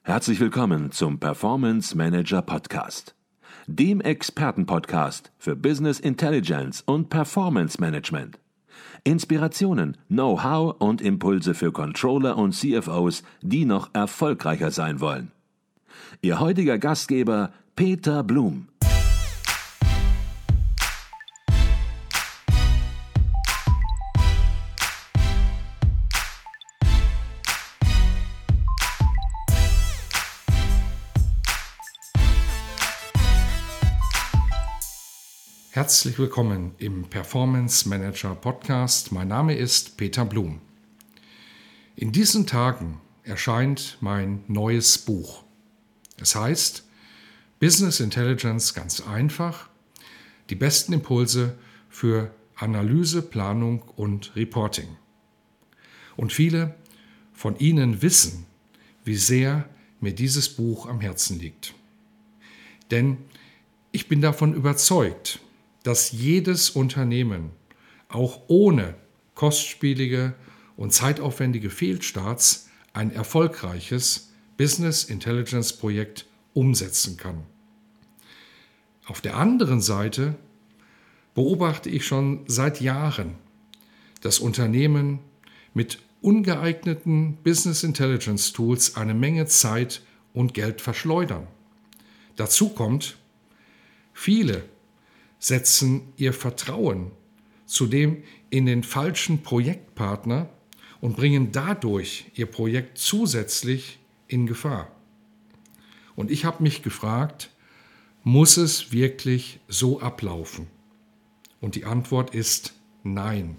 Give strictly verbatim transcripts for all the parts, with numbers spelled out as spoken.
Herzlich willkommen zum Performance Manager Podcast, dem Expertenpodcast für Business Intelligence und Performance Management. Inspirationen, Know-how und Impulse für Controller und C F Os, die noch erfolgreicher sein wollen. Ihr heutiger Gastgeber Peter Blum. Herzlich willkommen im Performance Manager Podcast. Mein Name ist Peter Blum. In diesen Tagen erscheint mein neues Buch. Es heißt Business Intelligence ganz einfach, die besten Impulse für Analyse, Planung und Reporting. Und viele von Ihnen wissen, wie sehr mir dieses Buch am Herzen liegt. Denn ich bin davon überzeugt, dass jedes Unternehmen auch ohne kostspielige und zeitaufwendige Fehlstarts ein erfolgreiches Business Intelligence Projekt umsetzen kann. Auf der anderen Seite beobachte ich schon seit Jahren, dass Unternehmen mit ungeeigneten Business Intelligence Tools eine Menge Zeit und Geld verschleudern. Dazu kommt, viele setzen ihr Vertrauen zudem in den falschen Projektpartner und bringen dadurch ihr Projekt zusätzlich in Gefahr. Und ich habe mich gefragt, muss es wirklich so ablaufen? Und die Antwort ist nein.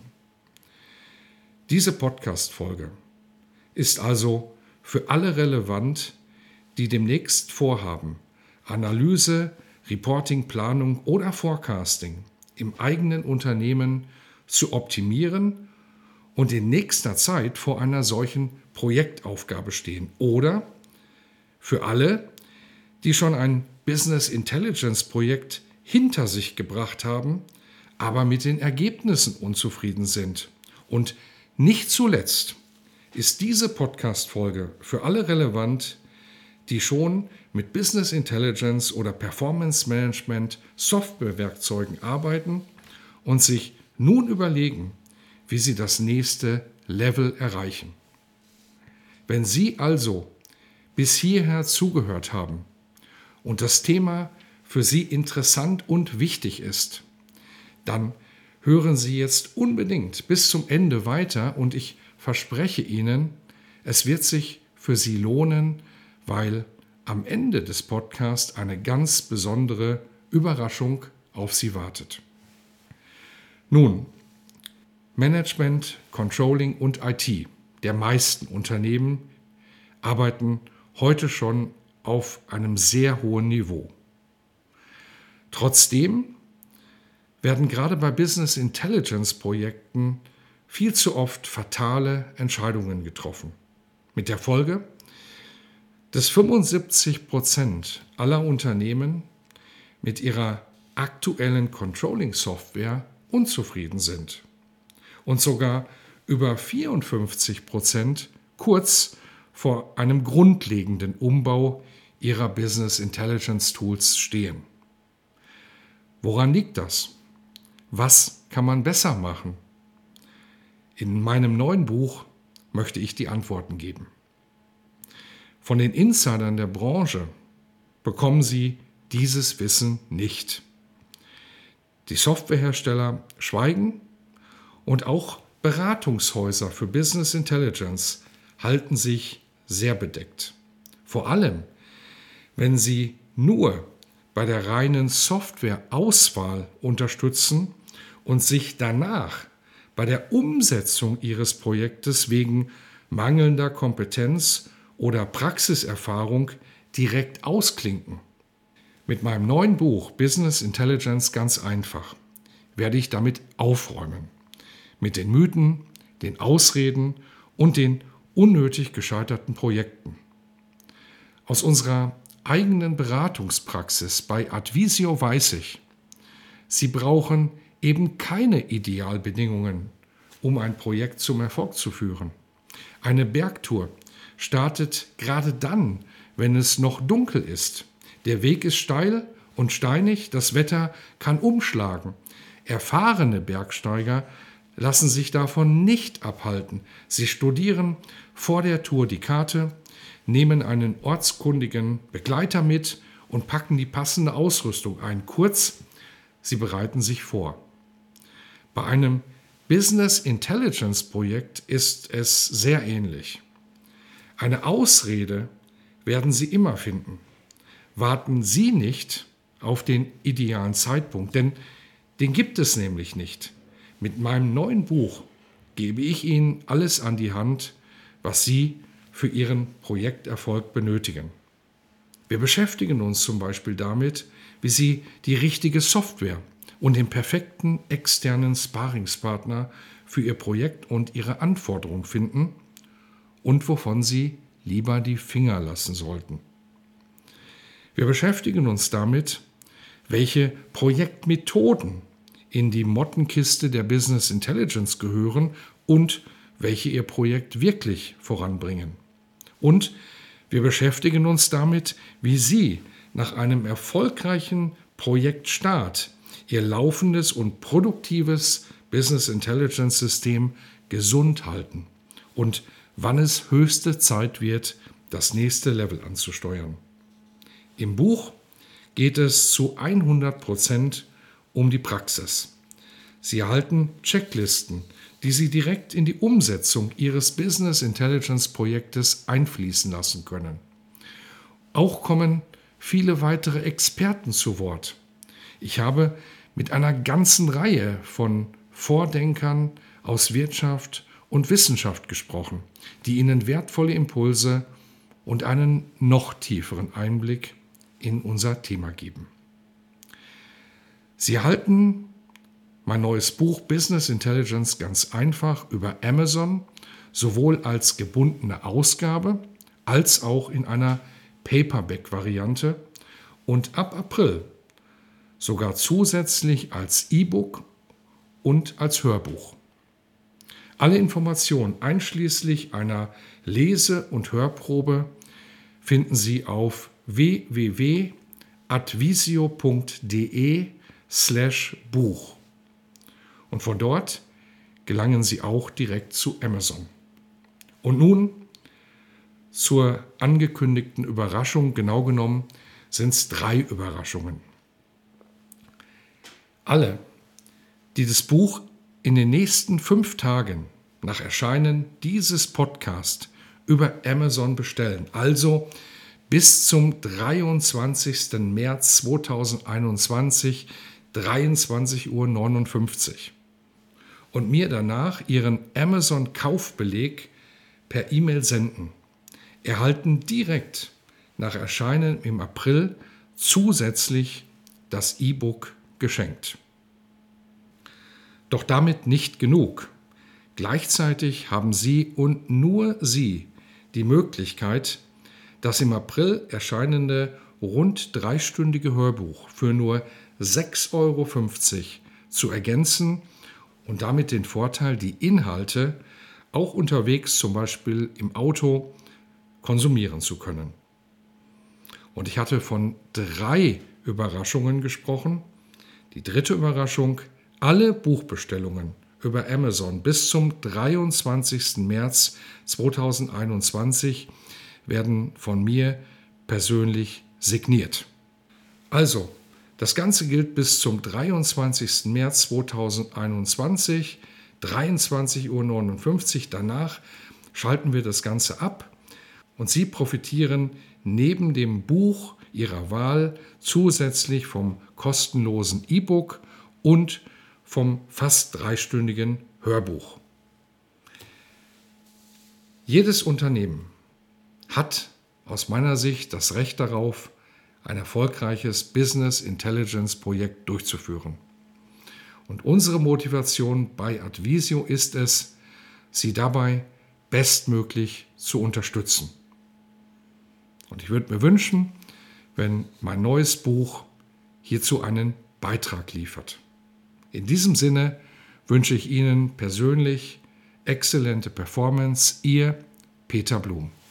Diese Podcast-Folge ist also für alle relevant, die demnächst vorhaben, Analyse, Reporting, Planung oder Forecasting im eigenen Unternehmen zu optimieren und in nächster Zeit vor einer solchen Projektaufgabe stehen. Oder für alle, die schon ein Business Intelligence Projekt hinter sich gebracht haben, aber mit den Ergebnissen unzufrieden sind. Und nicht zuletzt ist diese Podcast-Folge für alle relevant, die schon mit Business Intelligence oder Performance Management Softwarewerkzeugen arbeiten und sich nun überlegen, wie sie das nächste Level erreichen. Wenn Sie also bis hierher zugehört haben und das Thema für Sie interessant und wichtig ist, dann hören Sie jetzt unbedingt bis zum Ende weiter und ich verspreche Ihnen, es wird sich für Sie lohnen, weil am Ende des Podcasts eine ganz besondere Überraschung auf Sie wartet. Nun, Management, Controlling und I T der meisten Unternehmen arbeiten heute schon auf einem sehr hohen Niveau. Trotzdem werden gerade bei Business Intelligence Projekten viel zu oft fatale Entscheidungen getroffen. Mit der Folge, dass fünfundsiebzig Prozent aller Unternehmen mit ihrer aktuellen Controlling-Software unzufrieden sind und sogar über vierundfünfzig Prozent kurz vor einem grundlegenden Umbau ihrer Business Intelligence Tools stehen. Woran liegt das? Was kann man besser machen? In meinem neuen Buch möchte ich die Antworten geben. Von den Insidern der Branche bekommen Sie dieses Wissen nicht. Die Softwarehersteller schweigen und auch Beratungshäuser für Business Intelligence halten sich sehr bedeckt. Vor allem, wenn sie nur bei der reinen Softwareauswahl unterstützen und sich danach bei der Umsetzung ihres Projektes wegen mangelnder Kompetenz oder Praxiserfahrung direkt ausklinken. Mit meinem neuen Buch Business Intelligence ganz einfach werde ich damit aufräumen. Mit den Mythen, den Ausreden und den unnötig gescheiterten Projekten. Aus unserer eigenen Beratungspraxis bei Advisio weiß ich, Sie brauchen eben keine Idealbedingungen, um ein Projekt zum Erfolg zu führen. Eine Bergtour startet gerade dann, wenn es noch dunkel ist. Der Weg ist steil und steinig, das Wetter kann umschlagen. Erfahrene Bergsteiger lassen sich davon nicht abhalten. Sie studieren vor der Tour die Karte, nehmen einen ortskundigen Begleiter mit und packen die passende Ausrüstung ein. Kurz, sie bereiten sich vor. Bei einem Business Intelligence Projekt ist es sehr ähnlich. Eine Ausrede werden Sie immer finden. Warten Sie nicht auf den idealen Zeitpunkt, denn den gibt es nämlich nicht. Mit meinem neuen Buch gebe ich Ihnen alles an die Hand, was Sie für Ihren Projekterfolg benötigen. Wir beschäftigen uns zum Beispiel damit, wie Sie die richtige Software und den perfekten externen Sparingspartner für Ihr Projekt und Ihre Anforderungen finden und wovon Sie lieber die Finger lassen sollten. Wir beschäftigen uns damit, welche Projektmethoden in die Mottenkiste der Business Intelligence gehören und welche Ihr Projekt wirklich voranbringen. Und wir beschäftigen uns damit, wie Sie nach einem erfolgreichen Projektstart Ihr laufendes und produktives Business Intelligence System gesund halten und wann es höchste Zeit wird, das nächste Level anzusteuern. Im Buch geht es zu hundert Prozent um die Praxis. Sie erhalten Checklisten, die Sie direkt in die Umsetzung Ihres Business Intelligence Projektes einfließen lassen können. Auch kommen viele weitere Experten zu Wort. Ich habe mit einer ganzen Reihe von Vordenkern aus Wirtschaft und Wissenschaft gesprochen, die Ihnen wertvolle Impulse und einen noch tieferen Einblick in unser Thema geben. Sie erhalten mein neues Buch Business Intelligence ganz einfach über Amazon, sowohl als gebundene Ausgabe als auch in einer Paperback-Variante und ab April sogar zusätzlich als E-Book und als Hörbuch. Alle Informationen einschließlich einer Lese- und Hörprobe finden Sie auf w w w punkt advisio punkt de slash Buch. Und von dort gelangen Sie auch direkt zu Amazon. Und nun zur angekündigten Überraschung. Genau genommen sind es drei Überraschungen. Alle, die das Buch in den nächsten fünf Tagen nach Erscheinen dieses Podcasts über Amazon bestellen, also bis zum dreiundzwanzigsten März zweitausendeinundzwanzig, dreiundzwanzig Uhr neunundfünfzig und mir danach Ihren Amazon-Kaufbeleg per E-Mail senden, erhalten direkt nach Erscheinen im April zusätzlich das E-Book geschenkt. Doch damit nicht genug. Gleichzeitig haben Sie und nur Sie die Möglichkeit, das im April erscheinende rund dreistündige Hörbuch für nur sechs Euro fünfzig zu ergänzen und damit den Vorteil, die Inhalte auch unterwegs, zum Beispiel im Auto, konsumieren zu können. Und ich hatte von drei Überraschungen gesprochen. Die dritte Überraschung: alle Buchbestellungen über Amazon bis zum dreiundzwanzigsten März zweitausendeinundzwanzig werden von mir persönlich signiert. Also, das Ganze gilt bis zum dreiundzwanzigsten März zweitausendeinundzwanzig, dreiundzwanzig Uhr neunundfünfzig. Danach schalten wir das Ganze ab und Sie profitieren neben dem Buch Ihrer Wahl zusätzlich vom kostenlosen E-Book und vom fast dreistündigen Hörbuch. Jedes Unternehmen hat aus meiner Sicht das Recht darauf, ein erfolgreiches Business Intelligence Projekt durchzuführen. Und unsere Motivation bei Advisio ist es, Sie dabei bestmöglich zu unterstützen. Und ich würde mir wünschen, wenn mein neues Buch hierzu einen Beitrag liefert. In diesem Sinne wünsche ich Ihnen persönlich exzellente Performance. Ihr Peter Blum.